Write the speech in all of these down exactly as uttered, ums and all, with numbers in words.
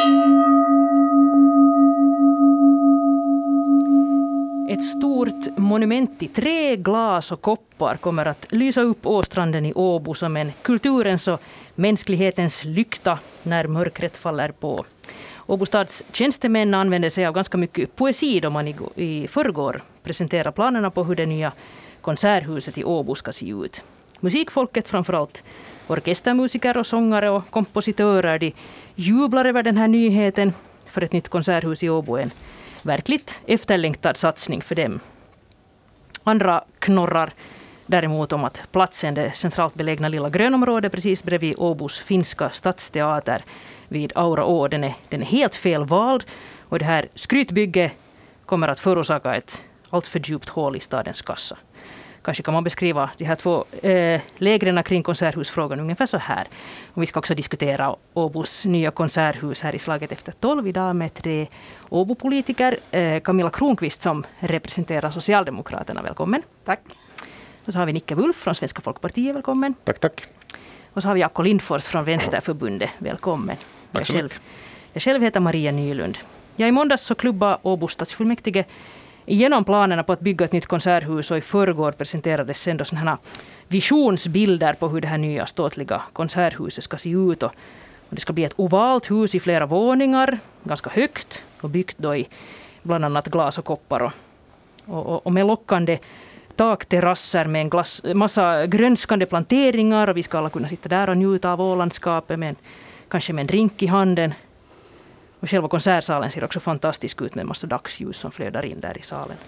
Ett stort monument i trä, glas och koppar kommer att lysa upp Åstranden i Åbo som en kulturens och mänsklighetens lykta när mörkret faller på. Åbo stads tjänstemän använder sig av ganska mycket poesi då man i, i förrgår presenterar planerna på hur det nya konserthuset i Åbo ska se ut. Musikfolket, framförallt orkestermusiker och sångare och kompositörer, de jublar över den här nyheten, för ett nytt konserthus i Åbo är en verkligt efterlängtad satsning för dem. Andra knorrar däremot om att platsen, det centralt belägna lilla grönområdet precis bredvid Åbos finska stadsteater vid Aura Å, den är, den är helt fel vald, och det här skrytbygget kommer att förorsaka ett alltför djupt hål i stadens kassa. Kanske kan man beskriva de här två eh, lägren kring konserthusfrågan ungefär så här. Och vi ska också diskutera Åbos nya konserthus här i Slaget efter tolv idag med tre Åbo-politiker. Eh, Camilla Kronqvist som representerar Socialdemokraterna, välkommen. Tack. Och så har vi Nicke Wulff från Svenska Folkpartiet, välkommen. Tack, tack. Och så har vi Jaakko Lindfors från Vänsterförbundet, välkommen. Tack så jag, själv, jag själv heter Maria Nylund. Ja, i måndags så klubba Åbo stadsfullmäktige genom planerna på att bygga ett nytt konserthus, och i förrgår presenterades sen då sådana här visionsbilder på hur det här nya ståtliga konserthuset ska se ut. Och det ska bli ett ovalt hus i flera våningar, ganska högt och byggt då i bland annat glas och koppar och, och, och med lockande takterrasser med en glass, massa grönskande planteringar, och vi ska alla kunna sitta där och njuta av Ålandskapet med en, kanske med en drink i handen. Och själva konsertsalen ser också fantastisk ut med en massa dagsljus som flödar in där i salen.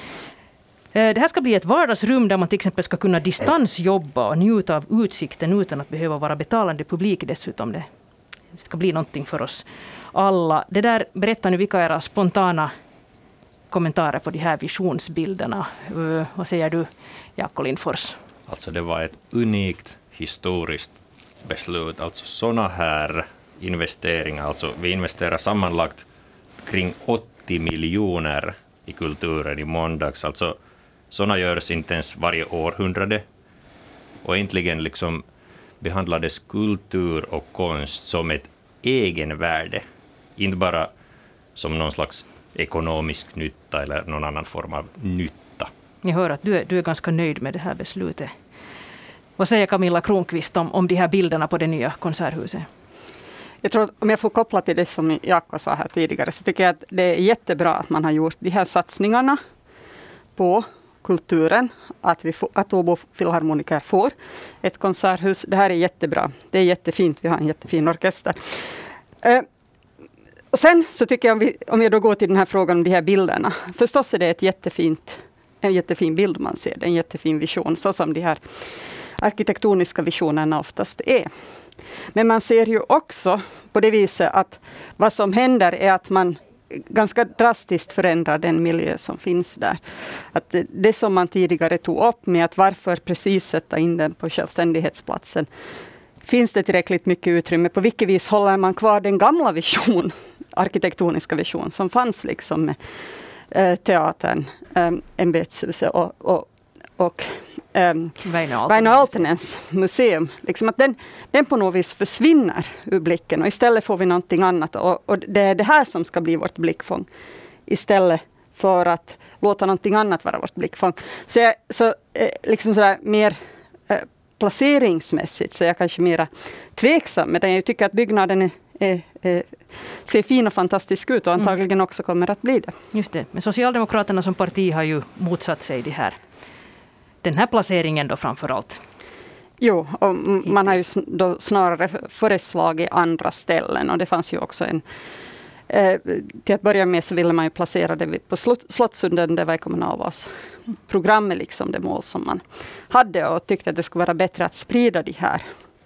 Det här ska bli ett vardagsrum där man till exempel ska kunna distansjobba och njuta av utsikten utan att behöva vara betalande publik dessutom. Det ska bli någonting för oss alla. Det där, berättar nu vilka era spontana kommentarer på de här visionsbilderna. Vad säger du, Jaakko Lindfors? Alltså det var ett unikt historiskt beslut. Alltså sådana här investeringar, alltså vi investerar sammanlagt kring åttio miljoner i kulturen i måndags. Alltså sådana görs inte ens varje århundrade. Och äntligen liksom behandlades kultur och konst som ett egenvärde. Inte bara som någon slags ekonomisk nytta eller någon annan form av nytta. Jag hör att du är, du är ganska nöjd med det här beslutet. Vad säger Camilla Kronqvist om, om de här bilderna på det nya konserthuset? Jag tror, om jag får koppla till det som Jaakko sa här tidigare, så tycker jag att det är jättebra att man har gjort de här satsningarna på kulturen, att, vi får, att Åbo Filharmoniker får ett konserthus. Det här är jättebra. Det är jättefint. Vi har en jättefin orkester. Uh, och sen så tycker jag, om, vi, om jag då går till den här frågan om de här bilderna. Förstås är det ett jättefint, en jättefin bild man ser. Det är en jättefin vision, så som de här arkitektoniska visionerna oftast är. Men man ser ju också på det viset att vad som händer är att man ganska drastiskt förändrar den miljö som finns där. Att det, det som man tidigare tog upp med att varför precis sätta in den på självständighetsplatsen. Finns det tillräckligt mycket utrymme? På vilket vis håller man kvar den gamla vision, arkitektoniska vision som fanns liksom med eh, teatern, eh, ämbetshuset och, och, och Um, Väinö Aaltonens museum. Liksom att den, den på något vis försvinner ur blicken och istället får vi någonting annat. Och, och det är det här som ska bli vårt blickfång istället för att låta någonting annat vara vårt blickfång. Så, jag, så eh, liksom sådär mer eh, placeringsmässigt så är jag kanske mer tveksam. Men jag tycker att byggnaden är, är, är, ser fin och fantastisk ut och antagligen mm. också kommer att bli det. Just det. Men Socialdemokraterna som parti har ju motsatt sig det här. Den här placeringen då framförallt? Jo, och man har ju då snarare föreslagit andra ställen. Och det fanns ju också en... Eh, till att börja med så ville man ju placera det på Slottsunden. Det var kommunalvalsprogrammet liksom det mål som man hade. Och tyckte att det skulle vara bättre att sprida de här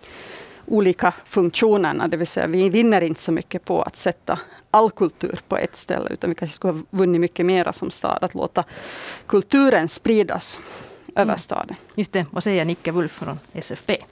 olika funktionerna. Det vill säga vi vinner inte så mycket på att sätta all kultur på ett ställe. Utan vi kanske skulle ha vunnit mycket mera som stad. Att låta kulturen spridas över staden. Just det. Vad säger Nicke Wulff från S F P?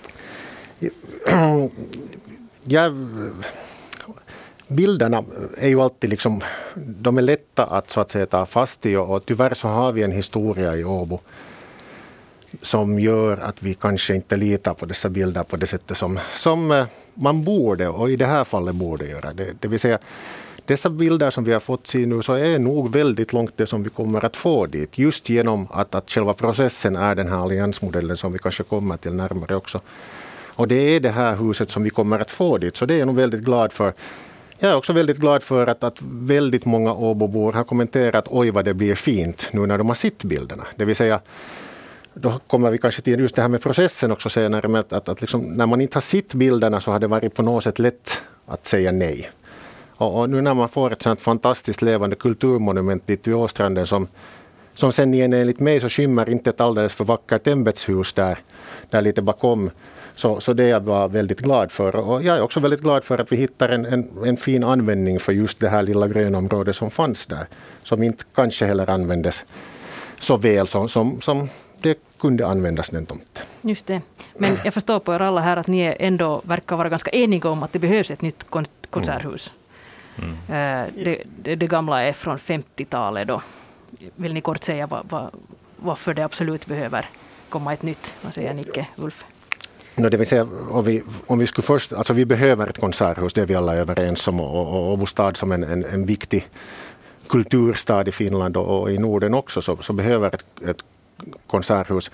Ja, bilderna är ju alltid liksom, de är lätta att så att säga ta fast i, och tyvärr så har vi en historia i Åbo som gör att vi kanske inte litar på dessa bilder på det sättet som, som man borde, och i det här fallet borde göra det. Det vill säga, dessa bilder som vi har fått se nu så är nog väldigt långt det som vi kommer att få dit. Just genom att, att själva processen är den här alliansmodellen som vi kanske kommer till närmare också. Och det är det här huset som vi kommer att få dit. Så det är jag nog väldigt glad för. Jag är också väldigt glad för att, att väldigt många Åbobor har kommenterat oj vad det blir fint nu när de har sett bilderna. Det vill säga, då kommer vi kanske till just det här med processen också senare. Med att, att, att liksom, när man inte har sett bilderna så har det varit på något sätt lätt att säga nej. Och, och nu när man får ett sånt fantastiskt levande kulturmonument dit vid Åstranden som, som sen igen enligt mig så skymmer inte ett alldeles för vackert ämbetshus där, där lite bakom. Så, så det är jag bara väldigt glad för. Och jag är också väldigt glad för att vi hittar en, en, en fin användning för just det här lilla grönområdet som fanns där. Som inte kanske heller användes så väl som, som, som det kunde användas den tomten. Just det. Men jag förstår på er alla här att ni ändå verkar vara ganska eniga om att det behövs ett nytt kon- konserthus. Mm. Det, det, det gamla är från femtiotalet då. Vill ni kort säga vad, vad, varför det absolut behöver komma ett nytt? Vad säger Nicke, Ulf? No, det vill säga, om vi, om vi skulle först, alltså vi behöver ett konserthus, det är vi alla överens om, och, och Åbo stad som en, en, en viktig kulturstad i Finland och, och i Norden också, så, så behöver ett, ett konserthus.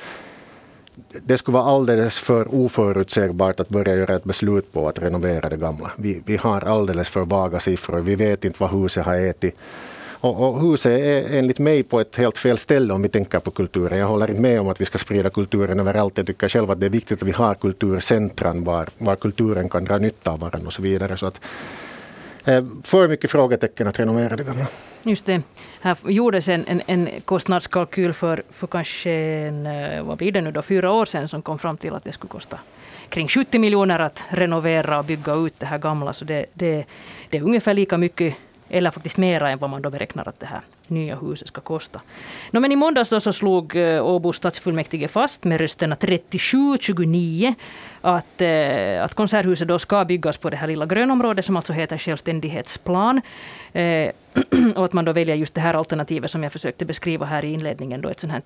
Det skulle vara alldeles för oförutsägbart att börja göra ett beslut på att renovera det gamla. Vi, vi har alldeles för vaga siffror, vi vet inte vad huset har ätit. Och, och huset är enligt mig på ett helt fel ställe om vi tänker på kulturen. Jag håller inte med om att vi ska sprida kulturen överallt. Jag tycker själv att det är viktigt att vi har kulturcentran var, var kulturen kan dra nytta av varandra och så vidare. Så att, eh, för mycket frågetecken att renovera det gamla. Just det. Här gjordes en, en, en kostnadskalkyl för, för kanske en, vad blir det nu då, fyra år sedan som kom fram till att det skulle kosta kring sjuttio miljoner att renovera och bygga ut det här gamla. Så det, det, det är ungefär lika mycket eller faktiskt mera än vad man då beräknar att det här nya huset ska kosta. No, men i måndags då så slog uh, Åbo stadsfullmäktige fast med rösterna trettiosju tjugonio att, uh, att konserthuset då ska byggas på det här lilla grönområdet som alltså heter Självständighetsplan. Uh, och att man då väljer just det här alternativet som jag försökte beskriva här i inledningen, då ett sånt här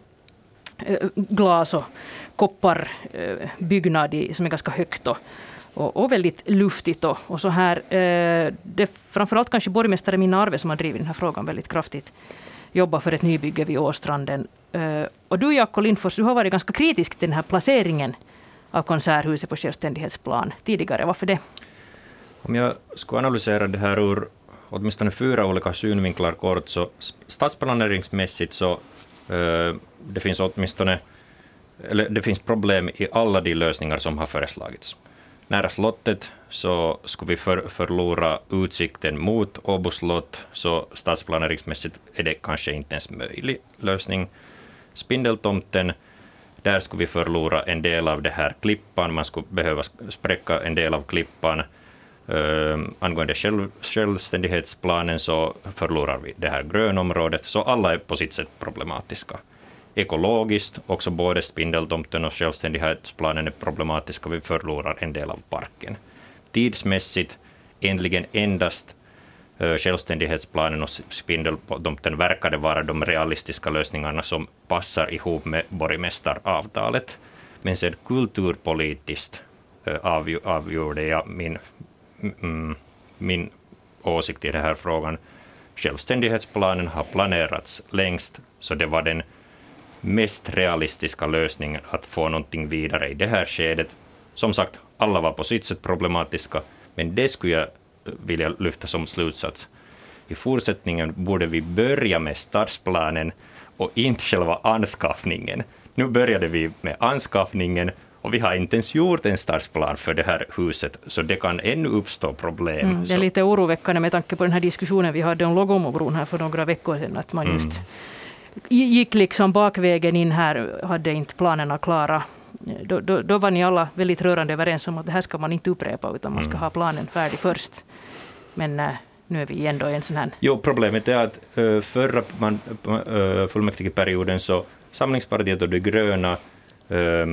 uh, glas- och kopparbyggnad uh, som är ganska högt då. Och, och väldigt luftigt. Och, och så här, eh, det är framförallt kanske borgmästare Minna Arve som har drivit den här frågan väldigt kraftigt. Jobbar för ett nybygge vid Åstranden. Eh, och du, Jaakko Lindfors, du har varit ganska kritisk till den här placeringen av konserthuset på Självständighetsplan tidigare. Varför det? Om jag skulle analysera det här ur åtminstone fyra olika synvinklar kort, så stadsplaneringsmässigt så eh, det finns åtminstone eller det finns problem i alla de lösningar som har föreslagits. Nära slottet så skulle vi för, förlora utsikten mot Åbo slott, så stadsplaneringsmässigt är det kanske inte ens möjlig lösning. Spindeltomten, där skulle vi förlora en del av det här klippan, man skulle behöva spräcka en del av klippan. Uh, angående själv, självständighetsplanen så förlorar vi det här grönområdet, så alla är på sitt sätt problematiska. Ekologiskt, också både spindeltomten och självständighetsplanen är problematiska, vi förlorar en del av parken. Tidsmässigt, äntligen endast uh, självständighetsplanen och spindeltomten verkade vara de realistiska lösningarna som passar ihop med borgmästaravtalet. Men sen kulturpolitiskt uh, avgj- avgjorde jag min Mm, min åsikt i den här frågan. Självständighetsplanen har planerats längst, så det var den mest realistiska lösningen att få någonting vidare i det här skedet. Som sagt, alla var på sitt sätt problematiska, men det skulle jag vilja lyfta som slutsats. I fortsättningen borde vi börja med stadsplanen och inte själva anskaffningen. Nu började vi med anskaffningen, och vi har inte ens gjort en stadsplan för det här huset, så det kan ännu uppstå problem. Mm, det är lite oroväckande med tanke på den här diskussionen vi hade om Logomobron här för några veckor sedan, att man just mm. gick liksom bakvägen in här, hade inte planerna klara. Då, då, då var ni alla väldigt rörande överens om att det här ska man inte upprepa, utan man ska mm. ha planen färdig först. Men äh, nu är vi ändå i en sån här... Jo, problemet är att äh, förra man, äh, fullmäktigeperioden så Samlingspartiet och de gröna äh,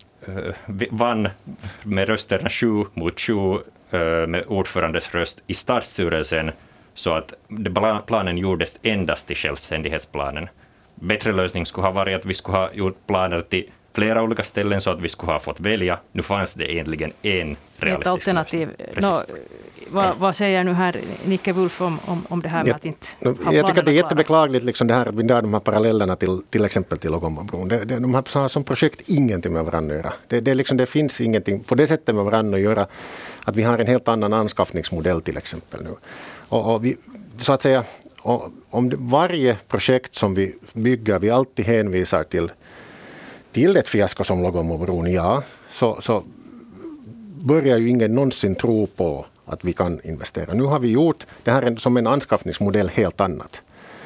vann med rösterna sju mot sju med ordförandes röst i stadsstyrelsen, så att planen gjordes endast till självständighetsplanen. Bättre lösning skulle ha varit att vi skulle ha gjort planer till flera olika ställen så att vi skulle ha fått välja. Nu fanns det egentligen en realistisk ett alternativ. No, vad, vad säger nu här Nicke Wulff om, om, om det här med jag, att inte no, ha Jag tycker att det är klara. jättebeklagligt liksom det här, vi drar de här parallellerna till, till exempel till Logommabron. Det, det, de har som projekt ingenting med varandra att göra. Det, det, liksom, det finns ingenting på det sättet med varandra att göra att vi har en helt annan anskaffningsmodell till exempel nu. Och, och vi, så att säga, och, om det, varje projekt som vi bygger, vi alltid hänvisar till till ett fiasko som Logommabron, ja, så, så börjar ju ingen någonsin tro på att vi kan investera. Nu har vi gjort det här som en anskaffningsmodell helt annat.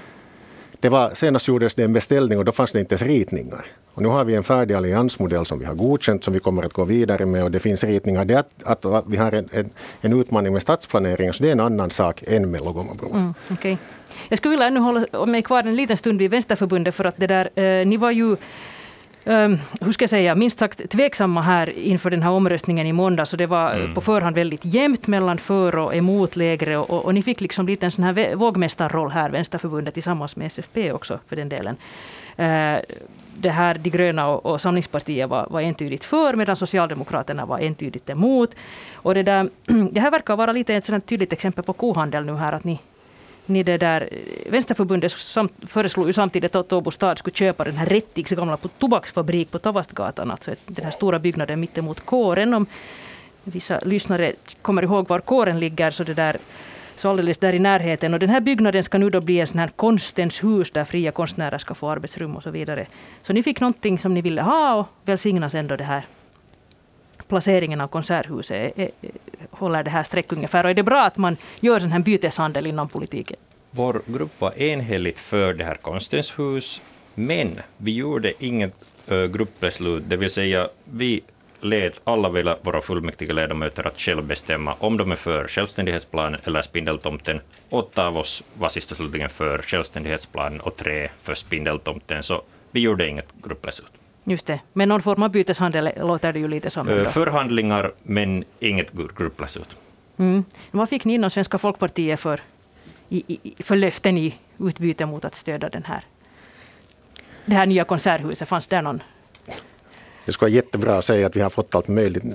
Det var, senast gjordes det en beställning och då fanns det inte ens ritningar. Och nu har vi en färdig alliansmodell som vi har godkänt, som vi kommer att gå vidare med, och det finns ritningar. Det att, att vi har en, en, en utmaning med stadsplanering, så det är en annan sak än med Logommabron. Mm, okay. Jag skulle vilja ännu hålla mig kvar en liten stund vid Vänsterförbundet, för att det där, eh, ni var ju Um, hur ska jag säga, minst sagt tveksamma här inför den här omröstningen i måndag, så det var mm. på förhand väldigt jämnt mellan för och emot lägre, och, och, och ni fick liksom lite en sån här vågmästarroll här, Vänsterförbundet tillsammans med S F P också för den delen. Uh, det här, de gröna och, och Samlingspartiet var, var entydigt för, medan Socialdemokraterna var entydigt emot. Och det, där, det här verkar vara lite ett sådant tydligt exempel på kohandel nu här, att ni Ni det där, Vänsterförbundet samt, föreslog ju samtidigt att Åbo stad skulle köpa den här Rättiks gamla tobaksfabrik på Tavastgatan, alltså den här stora byggnaden mittemot kåren. Om vissa lyssnare kommer ihåg var kåren ligger, så det där, så alldeles där i närheten. Och den här byggnaden ska nu då bli en sån här konstens hus där fria konstnärer ska få arbetsrum och så vidare. Så ni fick någonting som ni ville ha, och välsignas ändå det här placeringen av konserthuset är, är, håller det här streck ungefär. Och är det bra att man gör sån här byteshandel inom politiken? Vår grupp var enhälligt för det här konstens hus, men vi gjorde inget äh, gruppbeslut. Det vill säga, vi lät alla vilja våra fullmäktige ledamöter att själv bestämma om de är för självständighetsplanen eller Spindeltomten. Åtta av oss var sista slutligen för självständighetsplanen och tre för Spindeltomten, så vi gjorde inget gruppbeslut. Just det. Men någon form av byteshandel låter det ju lite som. Äh, förhandlingar, men inget gruppbeslut. Mm. Vad fick ni inom Svenska Folkpartiet för, i, i, för löften i utbyte mot att stödja den här, det här nya konserthuset? Fanns det någon? Det skulle vara jättebra att säga att vi har fått allt möjligt.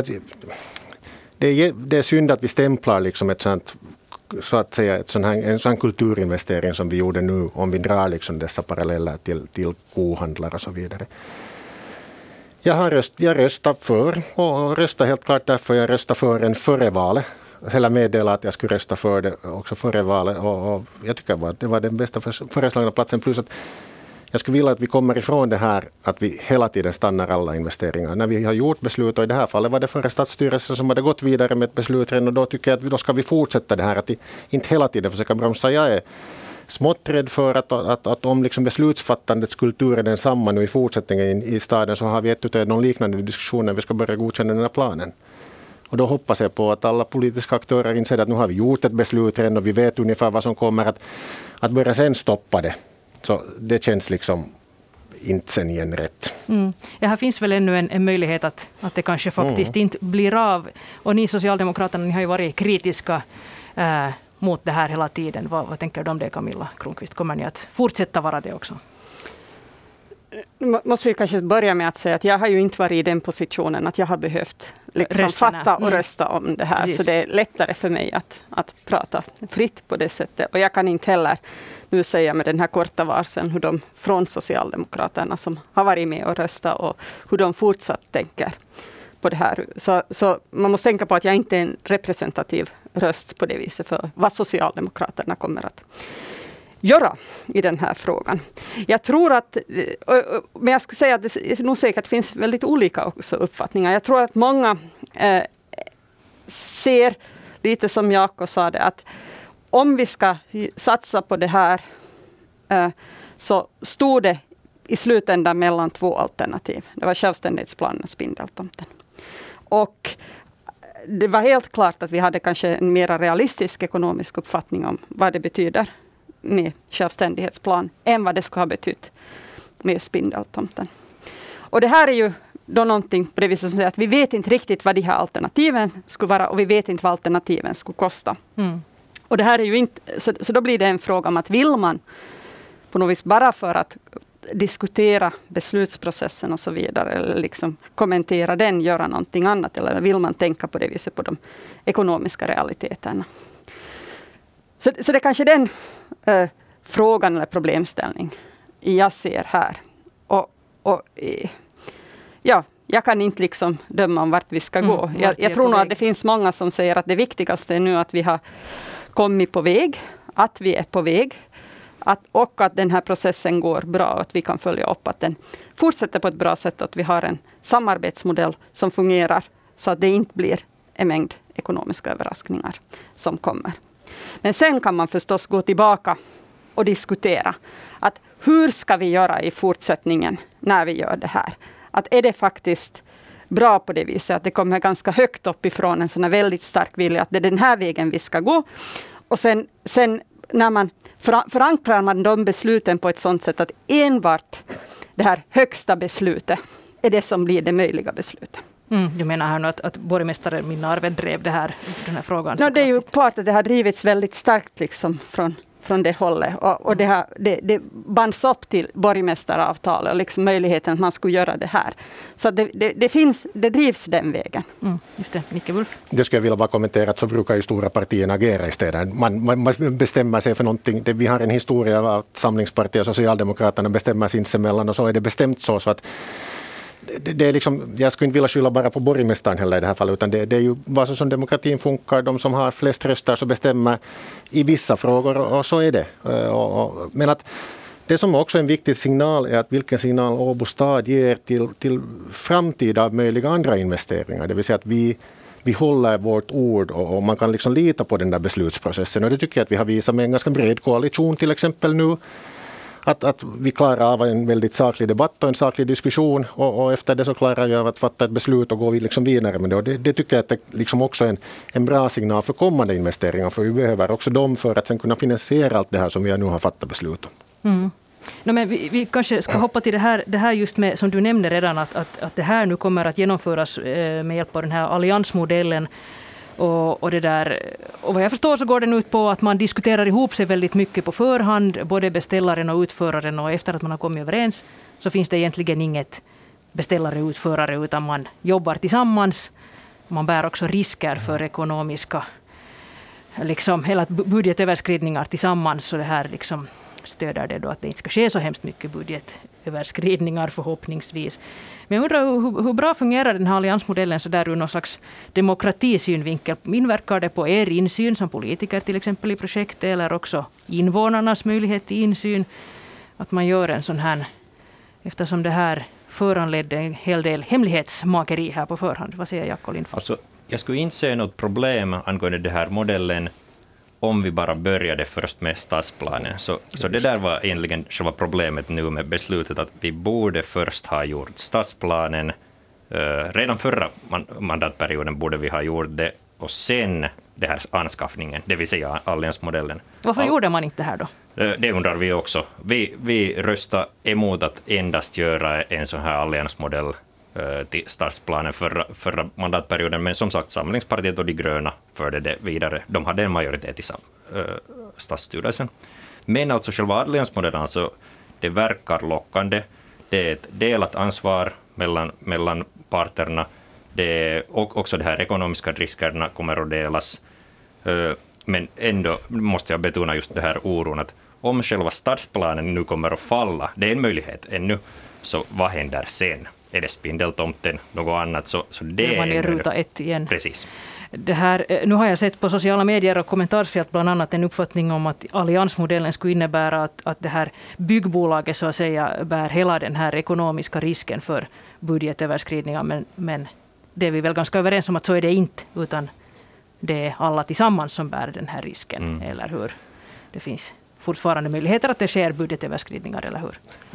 Det är, det är synd att vi stämplar liksom ett sånt, så att säga, ett sån här, en sån kulturinvestering som vi gjorde nu, om vi drar liksom dessa paralleller till, till kohandlar och så vidare. Jag har röst, jag röstat för, och röstar helt klart därför jag röstar för en före valet. Eller meddela att jag skulle rösta för det också före valet. Och, och jag tycker att det var den bästa föreslagna platsen. Plus att jag skulle vilja att vi kommer ifrån det här att vi hela tiden stannar alla investeringar. När vi har gjort beslut, och i det här fallet var det förra stadsstyrelsen som hade gått vidare med ett beslut redan, och då tycker jag att vi, då ska vi fortsätta det här. Att inte hela tiden försöka bromsa. Jag är smått rädd för att, att, att, att om liksom beslutsfattandets kultur är densamma nu i fortsättningen i, i staden, så har vi ett utav någon liknande diskussion när vi ska börja godkänna den här planen. Och då hoppas jag på att alla politiska aktörer inser att nu har vi gjort ett beslut redan och vi vet ungefär vad som kommer, att, att börja sen stoppa det. Så det känns liksom inte sen igen rätt. Mm. Ja, här finns väl ännu en, en möjlighet att, att det kanske faktiskt mm. inte blir av. Och ni Socialdemokraterna, ni har ju varit kritiska äh, mot det här hela tiden. Vad, vad tänker du om det, Camilla Kronqvist? Kommer ni att fortsätta vara det också? Måste vi kanske börja med att säga att jag har ju inte varit i den positionen att jag har behövt liksom fatta och mm. rösta om det här. Precis. Så det är lättare för mig att, att prata fritt på det sättet. Och jag kan inte heller nu säga med den här korta varsen hur de från Socialdemokraterna som har varit med och röstat och hur de fortsatt tänker på det här. Så, så man måste tänka på att jag inte är en representativ röst på det viset för vad Socialdemokraterna kommer att göra i den här frågan. Jag tror att, men jag skulle säga att det nog säkert finns väldigt olika också uppfattningar. Jag tror att många eh, ser lite som Jaakko sa det, att om vi ska satsa på det här eh, så stod det i slutändan mellan två alternativ. Det var självständighetsplanen och Spindeltomten. Och det var helt klart att vi hade kanske en mer realistisk ekonomisk uppfattning om vad det betyder med självständighetsplan än vad det skulle ha betytt med Spindeltomten. Och det här är ju då någonting på det viset som säger att vi vet inte riktigt vad de här alternativen skulle vara och vi vet inte vad alternativen skulle kosta. Mm. Och det här är ju inte, så, så då blir det en fråga om att vill man på något vis bara för att diskutera beslutsprocessen och så vidare, eller liksom kommentera den, göra någonting annat, eller vill man tänka på det viset på de ekonomiska realiteterna? Så, så det är kanske den eh, frågan eller problemställning jag ser här. Och, och eh, ja, jag kan inte liksom döma om vart vi ska mm, gå. Jag, jag tror nog att det finns många som säger att det viktigaste är nu att vi har kommit på väg, att vi är på väg, att, och att den här processen går bra, att vi kan följa upp att den fortsätter på ett bra sätt, att vi har en samarbetsmodell som fungerar så att det inte blir en mängd ekonomiska överraskningar som kommer. Men sen kan man förstås gå tillbaka och diskutera att hur ska vi göra i fortsättningen när vi gör det här? Att är det faktiskt bra på det viset att det kommer ganska högt uppifrån en sån här väldigt stark vilja att det är den här vägen vi ska gå. Och sen, sen när man förankrar man de besluten på ett sådant sätt att enbart det här högsta beslutet är det som blir det möjliga beslutet. Mm, du menar här nu att, att borgmästare Minna Arve drev det här, den här frågan? No, det är ju klart att det har drivits väldigt starkt liksom från, från det hållet. Och, och det, har, det, det bands upp till borgmästaravtalet och liksom möjligheten att man skulle göra det här. Så det, det, det, finns, det drivs den vägen. Mm, just det, Micke Wulff. Det skulle jag vilja bara kommentera att så brukar ju stora partierna agera i städer. Man, man, man bestämmer sig för någonting. Det, vi har en historia av att Samlingspartiet och Socialdemokraterna bestämmer sinsemellan och så är det bestämt så, så att Det, det är liksom, jag skulle inte vilja skylla bara på borgmästaren heller i det här fallet, utan det, det är ju bara så som demokratin funkar. De som har flest röster så bestämmer i vissa frågor och, och så är det. Och, och, men att det som också är en viktig signal är att vilken signal Åbo stad ger till, till framtida möjliga andra investeringar. Det vill säga att vi, vi håller vårt ord och, och man kan liksom lita på den där beslutsprocessen. Och det tycker jag att vi har visat med en ganska bred koalition till exempel nu. Att, att vi klarar av en väldigt saklig debatt och en saklig diskussion och, och efter det så klarar vi av att fatta ett beslut och gå liksom vidare med det. Och det, det tycker jag att det liksom också är en, en bra signal för kommande investeringar, för vi behöver också dem för att sen kunna finansiera allt det här som vi nu har fattat beslut om. Mm. No, men vi, vi kanske ska hoppa till det här, det här just med, som du nämnde redan, att, att, att det här nu kommer att genomföras eh, med hjälp av den här alliansmodellen. Och, och, det där, och vad jag förstår så går det ut på att man diskuterar ihop sig väldigt mycket på förhand, både beställaren och utföraren, och efter att man har kommit överens så finns det egentligen inget beställare och utförare, utan man jobbar tillsammans. Man bär också risker för ekonomiska liksom, hela budgetöverskridningar tillsammans, så det här liksom stöder det då att det inte ska ske så hemskt mycket budgetöverskridningar förhoppningsvis. Men jag undrar hur, hur bra fungerar den här alliansmodellen så där ur någon slags demokratisynvinkel? Inverkar det på er insyn som politiker till exempel i projektet, eller också invånarnas möjlighet till insyn? Att man gör en sån här, eftersom det här föranledde en hel del hemlighetsmakeri här på förhand. Vad säger Jaakko Lindfors? Alltså, jag skulle inte se något problem angående den här modellen om vi bara började först med stadsplanen. Så, så det där var egentligen själva problemet nu med beslutet, att vi borde först ha gjort stadsplanen. Uh, redan förra man, mandatperioden borde vi ha gjort det, och sen det här anskaffningen, det vill säga alliansmodellen. Varför All, gjorde man inte det här då? Uh, det undrar vi också. Vi, vi röstade emot att endast göra en sån här alliansmodell till stadsplanen förra, förra mandatperioden, men som sagt Samlingspartiet och de gröna förde det vidare. De hade en majoritet i sam, äh, stadsstyrelsen. Men alltså själva alliansmodellen, alltså, det verkar lockande. Det är ett delat ansvar mellan, mellan parterna. Det, och också de här ekonomiska riskerna kommer att delas. Äh, men ändå måste jag betona just det här oron att om själva stadsplanen nu kommer att falla, det är en möjlighet ännu, så vad händer sen? Är det spindeltomten, något annat? Så, så det man är ruta ett igen. Precis. Det här, nu har jag sett på sociala medier och kommentarsfält bland annat en uppfattning om att alliansmodellen skulle innebära att, att det här byggbolaget så att säga bär hela den här ekonomiska risken för budgetöverskridningar. Men, men det är vi väl ganska överens om att så är det inte, utan det är alla tillsammans som bär den här risken, mm. eller hur? Det finns fortfarande möjligheter att det sker budgetöverskridningar, eller hur?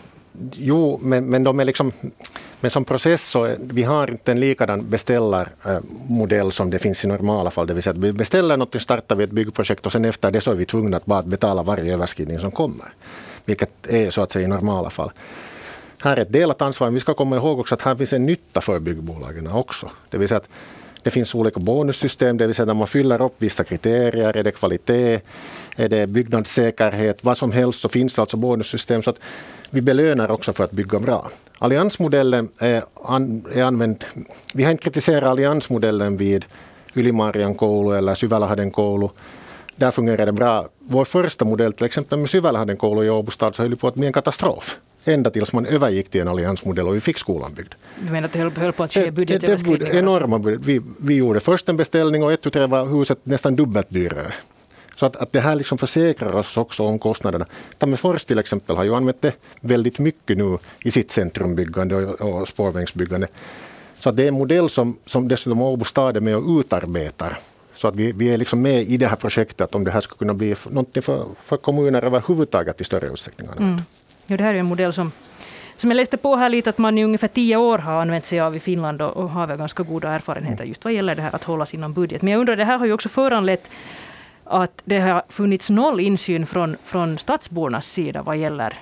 Jo, men, men, de är liksom, men som process så vi har inte en likadan beställarmodell som det finns i normala fall. Det vill säga att vi beställer något, startar vi ett byggprojekt och sen efter det så är vi tvungna att bara betala varje överskridning som kommer. Vilket är så att säga i normala fall. Här är ett delat ansvar, men vi ska komma ihåg också att här finns en nytta för byggbolagen också. Det vill säga att Det finns olika bonussystem, det vill säga när man fyller upp vissa kriterier, är det kvalitet, är det byggnadssäkerhet, vad som helst, så finns det alltså bonussystem så att vi belönar också för att bygga bra. Alliansmodellen är, an, är använd, vi har inte kritiserat alliansmodellen vid Ylimarjan koulu eller Syvälahden koulu. Där fungerar det bra. Vår första modell till exempel med Syvälahden koulu i Åbostad så höll på att bli en katastrof. Ända tills man övergick till en alliansmodell och vi fick skolan byggd. Du menar att det höll, höll på att ske budgetöverskridningar? Enorma budget. Vi, vi gjorde först en beställning och ett och tre var huset nästan dubbelt dyrare. Så att, att det här liksom försäkrar oss också om kostnaderna. Tammerfors till exempel har ju använt det väldigt mycket nu i sitt centrumbyggande och, och spårvägsbyggande. Så att det är en modell som, som dessutom Åbo stad är med och utarbetar. Så att vi, vi är liksom med i det här projektet om det här ska kunna bli något för, för kommuner överhuvudtaget i större utsträckning. Mm. Ja, det här är en modell som, som jag läste på här lite att man i ungefär tio år har använt sig av i Finland och, och har väl ganska goda erfarenheter just vad gäller det här att hålla sig inom budget. Men jag undrar, det här har ju också föranlett att det har funnits noll insyn från, från stadsbornas sida vad gäller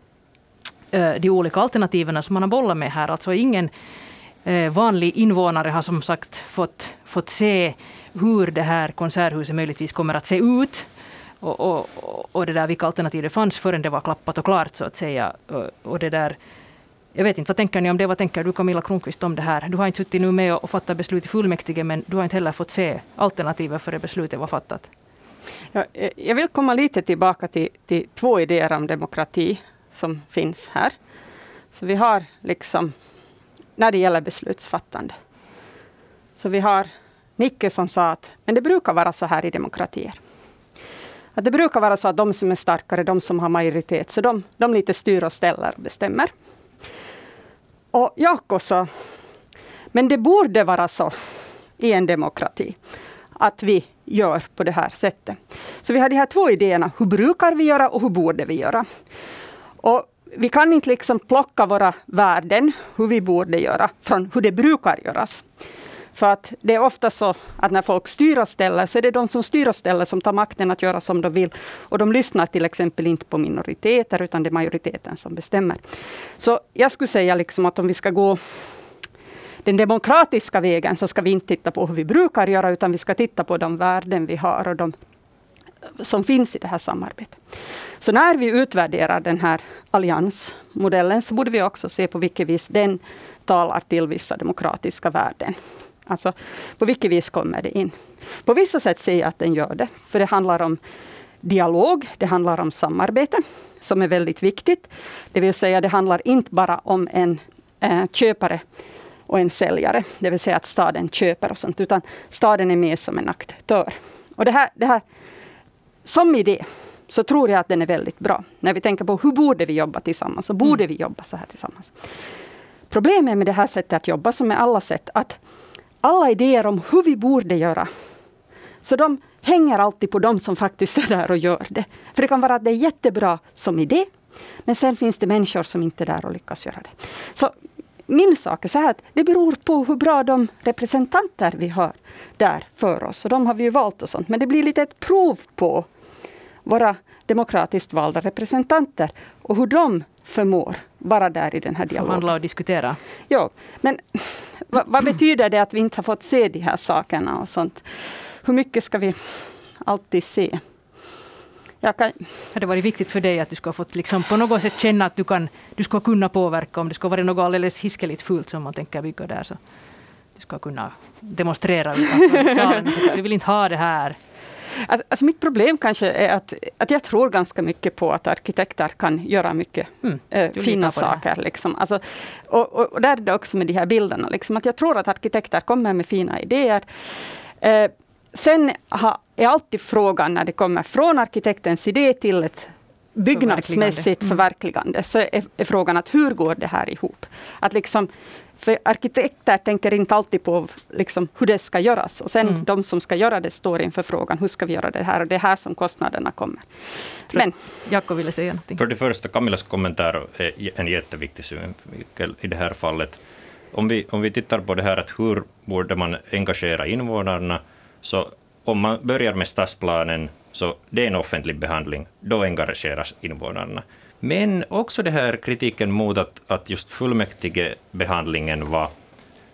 eh, de olika alternativen som man har bollat med här. Alltså ingen eh, vanlig invånare har som sagt fått, fått se hur det här konserthuset möjligtvis kommer att se ut. Och, och, och det där vilka alternativ det fanns förrän det var klappat och klart så att säga. Och, och det där, jag vet inte, vad tänker ni om det? Vad tänker du Camilla Kronqvist om det här? Du har inte suttit nu med och fattat beslut i fullmäktige men du har inte heller fått se alternativen före beslutet var fattat. Ja, jag vill komma lite tillbaka till, till två idéer om demokrati som finns här. Så vi har liksom, när det gäller beslutsfattande. Så vi har Nicke som sa att men det brukar vara så här i demokratier. Att det brukar vara så att de som är starkare, de som har majoritet, så de, de lite styr och ställer och bestämmer. Och Jaakko sa, men det borde vara så i en demokrati att vi gör på det här sättet. Så vi har de här två idéerna, hur brukar vi göra och hur borde vi göra? Och vi kan inte liksom plocka våra värden, hur vi borde göra, från hur det brukar göras. För att det är ofta så att när folk styr och ställer så är det de som styr och ställer som tar makten att göra som de vill. Och de lyssnar till exempel inte på minoriteter utan det är majoriteten som bestämmer. Så jag skulle säga liksom att om vi ska gå den demokratiska vägen så ska vi inte titta på hur vi brukar göra utan vi ska titta på de värden vi har och de som finns i det här samarbetet. Så när vi utvärderar den här alliansmodellen så borde vi också se på vilket vis den talar till vissa demokratiska värden. Alltså på vilket vis kommer det in. På vissa sätt säger jag att den gör det. För det handlar om dialog, det handlar om samarbete som är väldigt viktigt. Det vill säga det handlar inte bara om en eh, köpare och en säljare. Det vill säga att staden köper och sånt. Utan staden är med som en aktör. Och det här, det här som idé så tror jag att den är väldigt bra. När vi tänker på hur borde vi jobba tillsammans så borde mm. vi jobba så här tillsammans. Problemet med det här sättet att jobba som med alla sätt att alla idéer om hur vi borde göra så de hänger alltid på de som faktiskt är där och gör det. För det kan vara att det är jättebra som idé men sen finns det människor som inte är där och lyckas göra det. Så min sak är så här att det beror på hur bra de representanter vi har där för oss. Och de har vi ju valt och sånt. Men det blir lite ett prov på våra demokratiskt valda representanter och hur de förmår vara där i den här dialogen. Förhandla och diskutera. Ja, men vad, vad betyder det att vi inte har fått se de här sakerna och sånt? Hur mycket ska vi alltid se? Jag kan... Har det varit viktigt för dig att du ska ha fått liksom på något sätt känna att du, kan, du ska kunna påverka om det ska vara något alldeles hiskeligt fult som man tänker bygga där så du ska kunna demonstrera utanför salen. Du vill inte ha det här. Alltså mitt problem kanske är att, att jag tror ganska mycket på att arkitekter kan göra mycket mm, äh, fina saker. Liksom. Alltså, och, och, och där är det också med de här bilderna. Liksom, att jag tror att arkitekter kommer med fina idéer. Eh, sen ha, är alltid frågan när det kommer från arkitektens idé till ett byggnadsmässigt förverkligande, förverkligande så är, är frågan att hur går det här ihop? Att liksom För arkitekter tänker inte alltid på liksom, hur det ska göras. Och sen mm. de som ska göra det står inför frågan, hur ska vi göra det här? Och det är här som kostnaderna kommer. Men Jaakko ville säga någonting. För det första, Camillas kommentar är en jätteviktig synvinkel i det här fallet. Om vi, om vi tittar på det här att hur borde man engagera invånarna, så om man börjar med stadsplanen så det är en offentlig behandling, då engageras invånarna. Men också det här kritiken mot att, att just fullmäktigebehandlingen var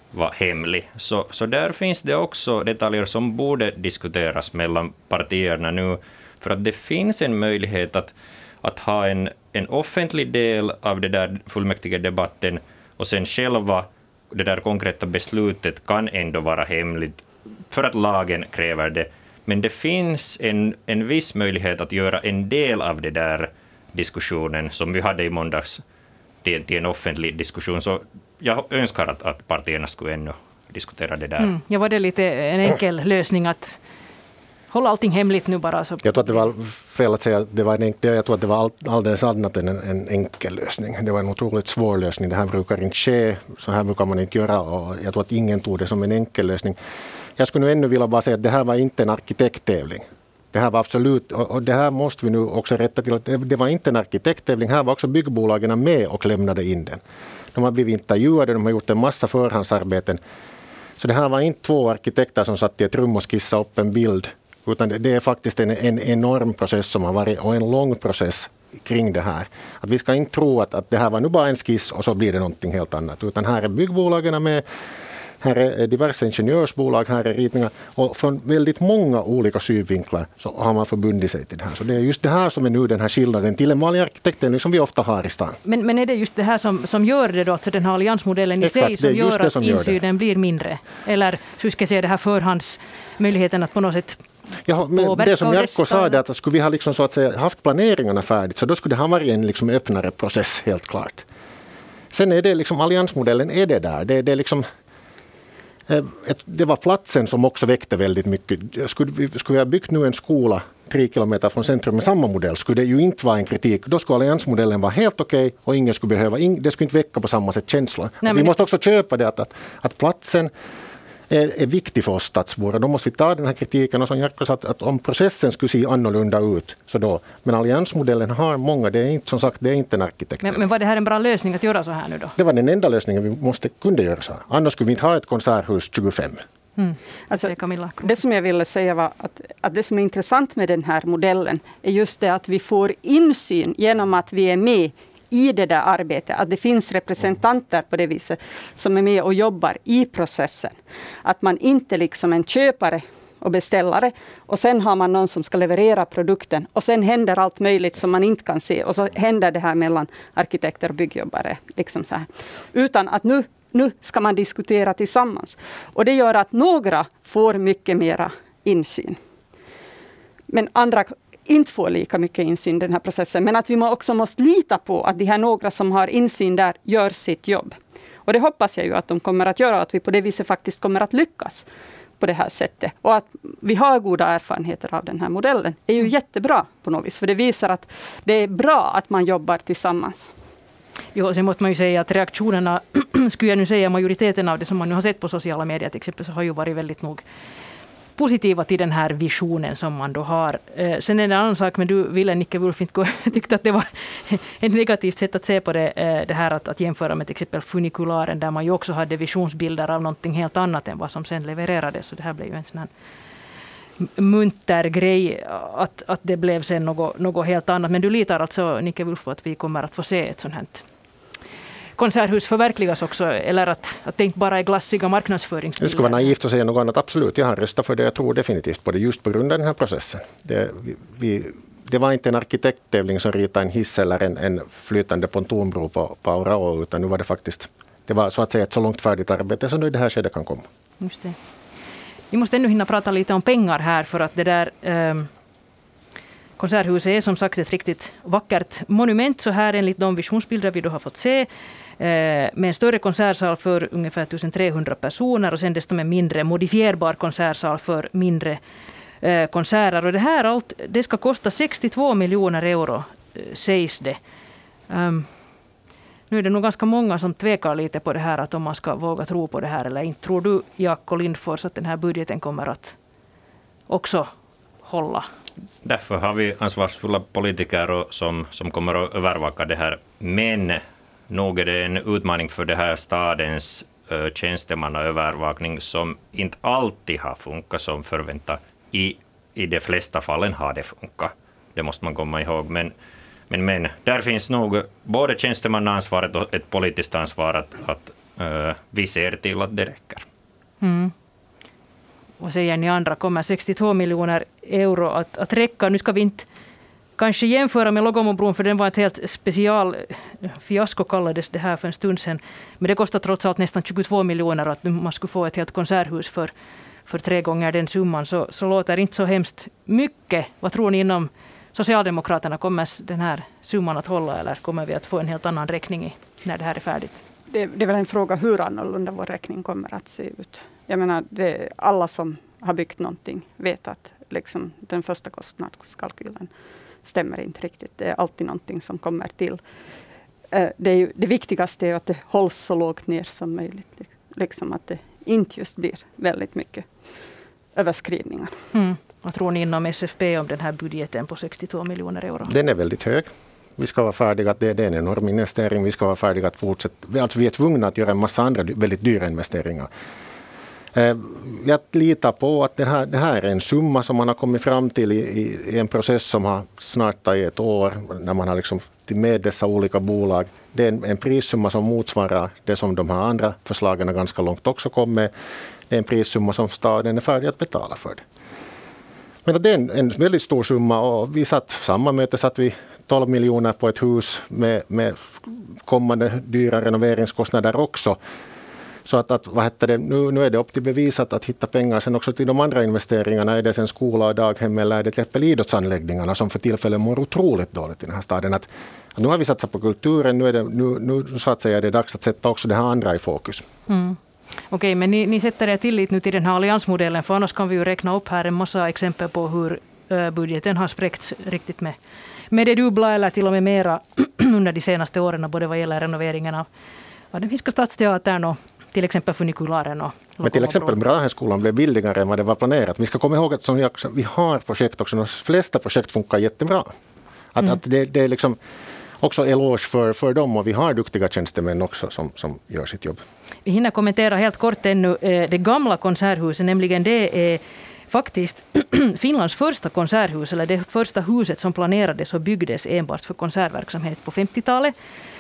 var hemlig. Så, så där finns det också detaljer som borde diskuteras mellan partierna nu, för att det finns en möjlighet att, att ha en, en offentlig del av det där fullmäktige debatten, och sen själva det där konkreta beslutet kan ändå vara hemligt för att lagen kräver det. Men det finns en, en viss möjlighet att göra en del av det där diskussionen som vi hade i måndags till, till en offentlig diskussion. Så jag önskar att, att partierna skulle ännu diskutera det där. Mm. Ja, var det lite en enkel lösning att hålla allting hemligt nu bara? Så. Jag tror att det var fel att säga att det var en enkel, jag tror att det var all, alldeles annat än en, en enkel lösning. Det var en otroligt svår lösning. Det här brukar inte ske, så här brukar man inte göra, och jag tror att ingen tog det som en enkel lösning. Jag skulle nu ännu vilja bara säga att det här var inte en arkitekttävling. Det här var absolut, och det här måste vi nu också rätta till, att det var inte en arkitekttävling. Här var också byggbolagen med och lämnade in den. De har blivit intervjuade, de har gjort en massa förhandsarbeten. Så det här var inte två arkitekter som satt i ett rum och skissade upp en bild, utan det är faktiskt en, en enorm process som har varit, och en lång process kring det här. Att vi ska inte tro att, att det här var nu bara en skiss och så blir det någonting helt annat, utan här är byggbolagen med. Här är diverse ingenjörsbolag, här är ritningar, och från väldigt många olika synvinklar så har man förbundit sig till det här. Så det är just det här som är nu den här skillnaden till en vanlig arkitekttävling som vi ofta har i stan. Men, men är det just det här som, som gör det då, alltså den här alliansmodellen i Exakt, sig som gör att som insynen gör blir mindre? Eller hur ska jag säga det här förhandsmöjligheten att på något sätt ja, men det som Jarkko sa, är att skulle vi ha liksom så att säga haft planeringarna färdigt, så då skulle det ha varit en liksom öppnare process helt klart. Sen är det liksom alliansmodellen är det där. Det, det är liksom det var platsen som också väckte väldigt mycket. Skulle vi, skulle vi ha byggt nu en skola tre kilometer från centrum med samma modell, skulle det ju inte vara en kritik. Då skulle alliansmodellen vara helt okej okay, och ingen skulle behöva, det skulle inte väcka på samma sätt känslor. Nej, vi måste också köpa det att, att, att platsen är, är viktig för oss stadsbor. Då måste vi ta den här kritiken, och som Jarkko sa, att, att om processen skulle se annorlunda ut, så då. Men alliansmodellen har många, det är inte som sagt, det är inte en arkitekt. Men, men var det här en bra lösning att göra så här nu då? Det var den enda lösningen vi måste kunde göra så här. Annars skulle vi inte ha ett konserthus tjugofem. Mm. Alltså, det, det som jag ville säga var att, att det som är intressant med den här modellen är just det att vi får insyn genom att vi är med i det där arbetet, att det finns representanter på det viset som är med och jobbar i processen. Att man inte liksom en köpare och beställare, och sen har man någon som ska leverera produkten, och sen händer allt möjligt som man inte kan se, och så händer det här mellan arkitekter och byggjobbare. Liksom så här. Utan att nu, nu ska man diskutera tillsammans. Och det gör att några får mycket mera insyn. Men andra inte får lika mycket insyn i den här processen. Men att vi också måste lita på att de här några som har insyn där gör sitt jobb. Och det hoppas jag ju att de kommer att göra, att vi på det viset faktiskt kommer att lyckas på det här sättet. Och att vi har goda erfarenheter av den här modellen är ju jättebra på något vis. För det visar att det är bra att man jobbar tillsammans. Jo, sen måste man ju säga att reaktionerna, skulle jag nu säga majoriteten av det som man nu har sett på sociala medier till exempel, så har ju varit väldigt nog positiva till den här visionen som man då har. Eh, sen är det en annan sak, men du ville, Nicke Wulff, inte tyckte att det var ett negativt sätt att se på det, eh, det här att, att jämföra med till exempel funikularen, där man ju också hade visionsbilder av någonting helt annat än vad som sen levererades. Så det här blev ju en sån här munter grej att, att det blev sen något, något helt annat. Men du litar alltså, Nicke Wulff, att vi kommer att få se ett sånt här konserthus förverkligas också, eller att, att det inte bara är glassiga marknadsföringsbilder? Det skulle vara naivt att säga något annat. Absolut, jag har röstat för det. Jag tror definitivt på det just på grund av den här processen. Det, vi, vi, det var inte en arkitekttävling som ritade en hiss eller en, en flytande pontonbro på, på Aurao, utan nu var det faktiskt, det var så att säga ett så långt färdigt arbete som nu i det här skedet kan komma. Just det. Vi måste ännu hinna prata lite om pengar här, för att det där eh, konserthuset är som sagt ett riktigt vackert monument, så här enligt de visionsbilder vi då har fått se, med en större konsertsal för ungefär ett tusen trehundra personer, och sen desto med mindre modifierbar konsertsal för mindre eh, konserter. Och det här allt, det ska kosta sextiotvå miljoner euro, eh, sägs det. Um, nu är det nog ganska många som tvekar lite på det här, att om man ska våga tro på det här eller inte. Tror du, Jaakko Lindfors, att den här budgeten kommer att också hålla? Därför har vi ansvarsfulla politiker som, som kommer att övervaka det här. Men nog är det en utmaning för det här stadens uh, tjänstemannaövervakning som inte alltid har funkat som förväntat. I, I de flesta fallen har det funkat. Det måste man komma ihåg. Men, men, men där finns nog både tjänstemannaansvaret och ett politiskt ansvar att, att uh, vi ser till att det räcker. Mm. Och säger ni andra, kommer sextiotvå miljoner euro att, att räcka? Nu ska vi inte kanske jämföra med Logomobron, för den var ett helt special fiasko kallades det här för en stund sedan. Men det kostar trots allt nästan tjugotvå miljoner, att man skulle få ett helt konserthus för, för tre gånger den summan. Så, så låter inte så hemskt mycket. Vad tror ni inom Socialdemokraterna? Kommer den här summan att hålla, eller kommer vi att få en helt annan räkning i, när det här är färdigt? Det, det är väl en fråga hur annorlunda vår räkning kommer att se ut. Jag menar, det, alla som har byggt någonting vet att liksom, den första kostnadskalkylen stämmer inte riktigt. Det är alltid någonting som kommer till. Det, är ju, det viktigaste är att det hålls så lågt ner som möjligt. Liksom att det inte just blir väldigt mycket överskridningar. Mm. Vad tror ni inom S F P om den här budgeten på sextiotvå miljoner euro? Den är väldigt hög. Vi ska vara färdiga, det, det är en enorm investering. Vi ska vara färdiga att fortsätta. Alltså vi är tvungna att göra en massa andra väldigt dyra investeringar. Jag litar på att det här, det här är en summa som man har kommit fram till i, i en process som har snart tagit ett år, när man har liksom med dessa olika bolag. Det är en, en prissumma som motsvarar det som de här andra förslagen ganska långt också kom med. Det är en prissumma som staden är färdig att betala för det. Men det är en, en väldigt stor summa, och vi satt samma möte satt vi tolv miljoner på ett hus med, med kommande dyra renoveringskostnader också. Så att, att vad heter det, nu, nu är det upp till bevisat att hitta pengar sen också till de andra investeringarna. Är det sen skola och daghem, eller är det till exempel idrottsanläggningarna som för tillfället mår otroligt dåligt i den här staden. Att, att nu har vi satsat på kulturen, nu är det, nu, nu så att säga, det är dags att sätta också det här andra i fokus. Mm. Okej, men ni, ni sätter er tillit nu till den här alliansmodellen, för annars kan vi ju räkna upp här en massa exempel på hur uh, budgeten har spräckts riktigt med, med det dubbla eller till och med mera under de senaste åren, både vad gäller renoveringen av, av den finska stadsteatern och till exempel funikularen och Men till exempel Braheskolan blev billigare än vad det var planerat. Vi ska komma ihåg att som vi, också, vi har projekt också, de flesta projekt funkar jättebra. Att, mm. att det, det är liksom också eloge för, för dem, och vi har duktiga tjänstemän också som, som gör sitt jobb. Vi hinner kommentera helt kort ännu det gamla konserthuset, nämligen det är faktiskt Finlands första konserthus, eller det första huset som planerades och byggdes enbart för konsertverksamhet på femtiotalet.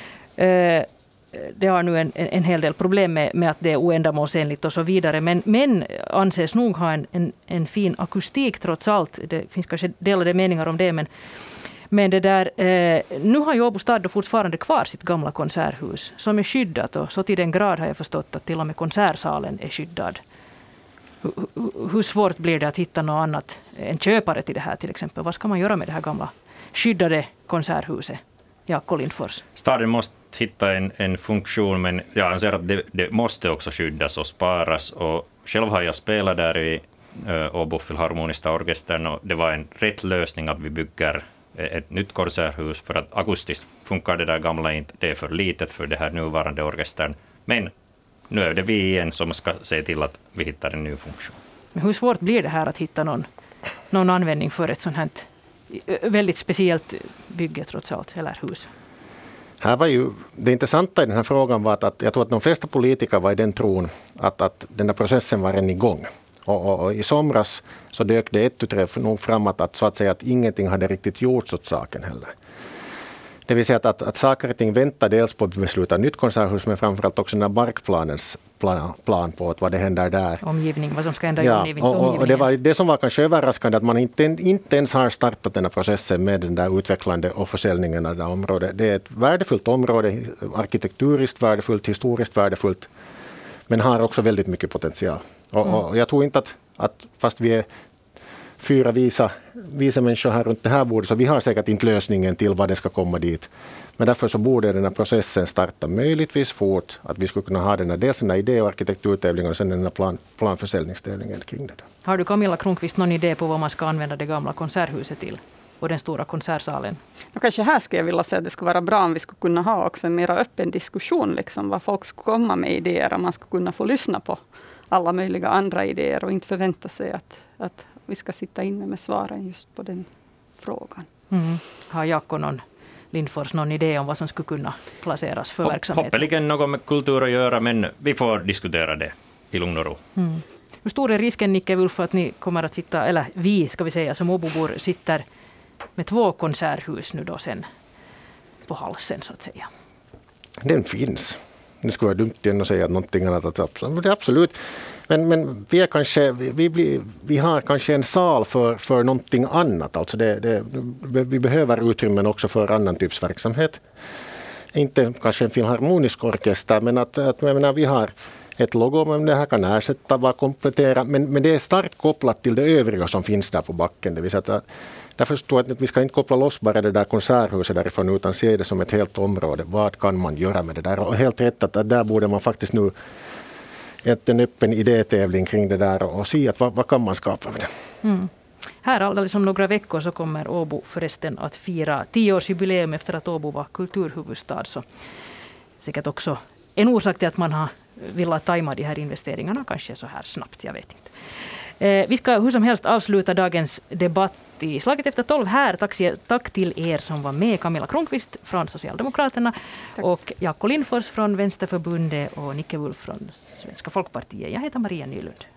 Det har nu en, en hel del problem med, med att det är oändamålsenligt och så vidare. Men, men anses nog ha en, en, en fin akustik trots allt. Det finns kanske delade meningar om det. Men, men det där, eh, nu har ju Åbo stad fortfarande kvar sitt gamla konserthus som är skyddat. Och så till den grad har jag förstått att till och med konsertsalen är skyddad. Hur, hur svårt blir det att hitta något annat, en köpare till det här till exempel? Vad ska man göra med det här gamla skyddade konserthuset? Ja, Lindfors. Staden måste hitta en, en funktion, men jag anser att det, det måste också skyddas och sparas. Och själv har jag spelat där i uh, Åbo Filharmoniska orkestern, och det var en rätt lösning att vi bygger ett nytt konserthus, för att akustiskt funkar det där gamla inte. Det är för litet för det här nuvarande orkestern. Men nu är det vi igen som ska se till att vi hittar en ny funktion. Men hur svårt blir det här att hitta någon, någon användning för ett sånt här väldigt speciellt bygge trots allt, eller hus? Här var ju, det intressanta i den här frågan var att, att jag tror att de flesta politiker var i den tron att, att den här processen var redan igång. Och, och, och i somras så dök det ett uträff nog fram att, att, så att säga, att ingenting hade riktigt gjorts åt saken heller. Det vill säga att, att, att saker och ting väntar dels på att besluta nytt konserthus, men framförallt också när markplanens plan, plan på att vad det händer där. Omgivning, vad som ska hända i ja, omgivning, och, omgivningen. Och det var det som var kanske överraskande, att man inte, inte ens har startat den här processen med den där utvecklande och försäljningen av det området. Det är ett värdefullt område, arkitekturiskt värdefullt, historiskt värdefullt, men har också väldigt mycket potential. Och, mm. och jag tror inte att, att fast vi är fyra visa, visa människor här runt det här bordet, så vi har säkert inte lösningen till vad det ska komma dit. Men därför så borde den här processen starta möjligtvis fort, att vi skulle kunna ha den här, dels den här idé- och arkitekturtävlingen och sen den här plan, planförsäljningstävlingen kring det. Har du, Camilla Kronqvist, någon idé på vad man ska använda det gamla konserthuset till och den stora konsertsalen? Och kanske här skulle jag vilja säga att det skulle vara bra om vi skulle kunna ha också en mer öppen diskussion, liksom, vad folk skulle komma med idéer, och man skulle kunna få lyssna på alla möjliga andra idéer och inte förvänta sig att, att vi ska sitta inne med svaren just på den frågan. Mm. Har Jaakko någon, Lindfors någon idé om vad som skulle kunna placeras för Hopp, verksamheten? Hoppeligen något med kultur att göra, men vi får diskutera det i lugn och ro. Mm. Hur stor är risken, Nicke Wulf, att ni kommer att sitta, eller vi ska vi säga som Åbobor sitter med två konserthus nu då sen på halsen så att säga? Den finns. det skulle vara dumt igen att säga att någonting annat. Att, men det är absolut. Men, men vi, är kanske, vi, blir, vi har kanske en sal för, för någonting annat. Alltså det, det, vi behöver utrymmen också för annan typs verksamhet. Inte kanske en filharmonisk orkester, men att, att jag menar, vi har ett logo, men det här kan ersätta, bara komplettera. Men, men det är starkt kopplat till det övriga som finns där på backen. Det vill säga att, därför tror jag att vi ska inte koppla loss bara det där konserthuset därifrån, utan se det som ett helt område. Vad kan man göra med det där? Och helt rätt att, att där borde man faktiskt nu ett, en öppen idétävling kring det där och se att vad, vad kan man skapa med det. Mm. Här alldeles om några veckor så kommer Åbo förresten att fira tioårsjubileum efter att Åbo var kulturhuvudstad. Så säkert också en orsak till att man har velat tajma de här investeringarna kanske så här snabbt, jag vet inte. Eh, vi ska hur som helst avsluta dagens debatt i slaget efter tolv här. Tack, tack till er som var med. Camilla Kronqvist från Socialdemokraterna tack. Och Jaakko Lindfors från Vänsterförbundet och Nicke Wulff från Svenska Folkpartiet. Jag heter Maria Nylund.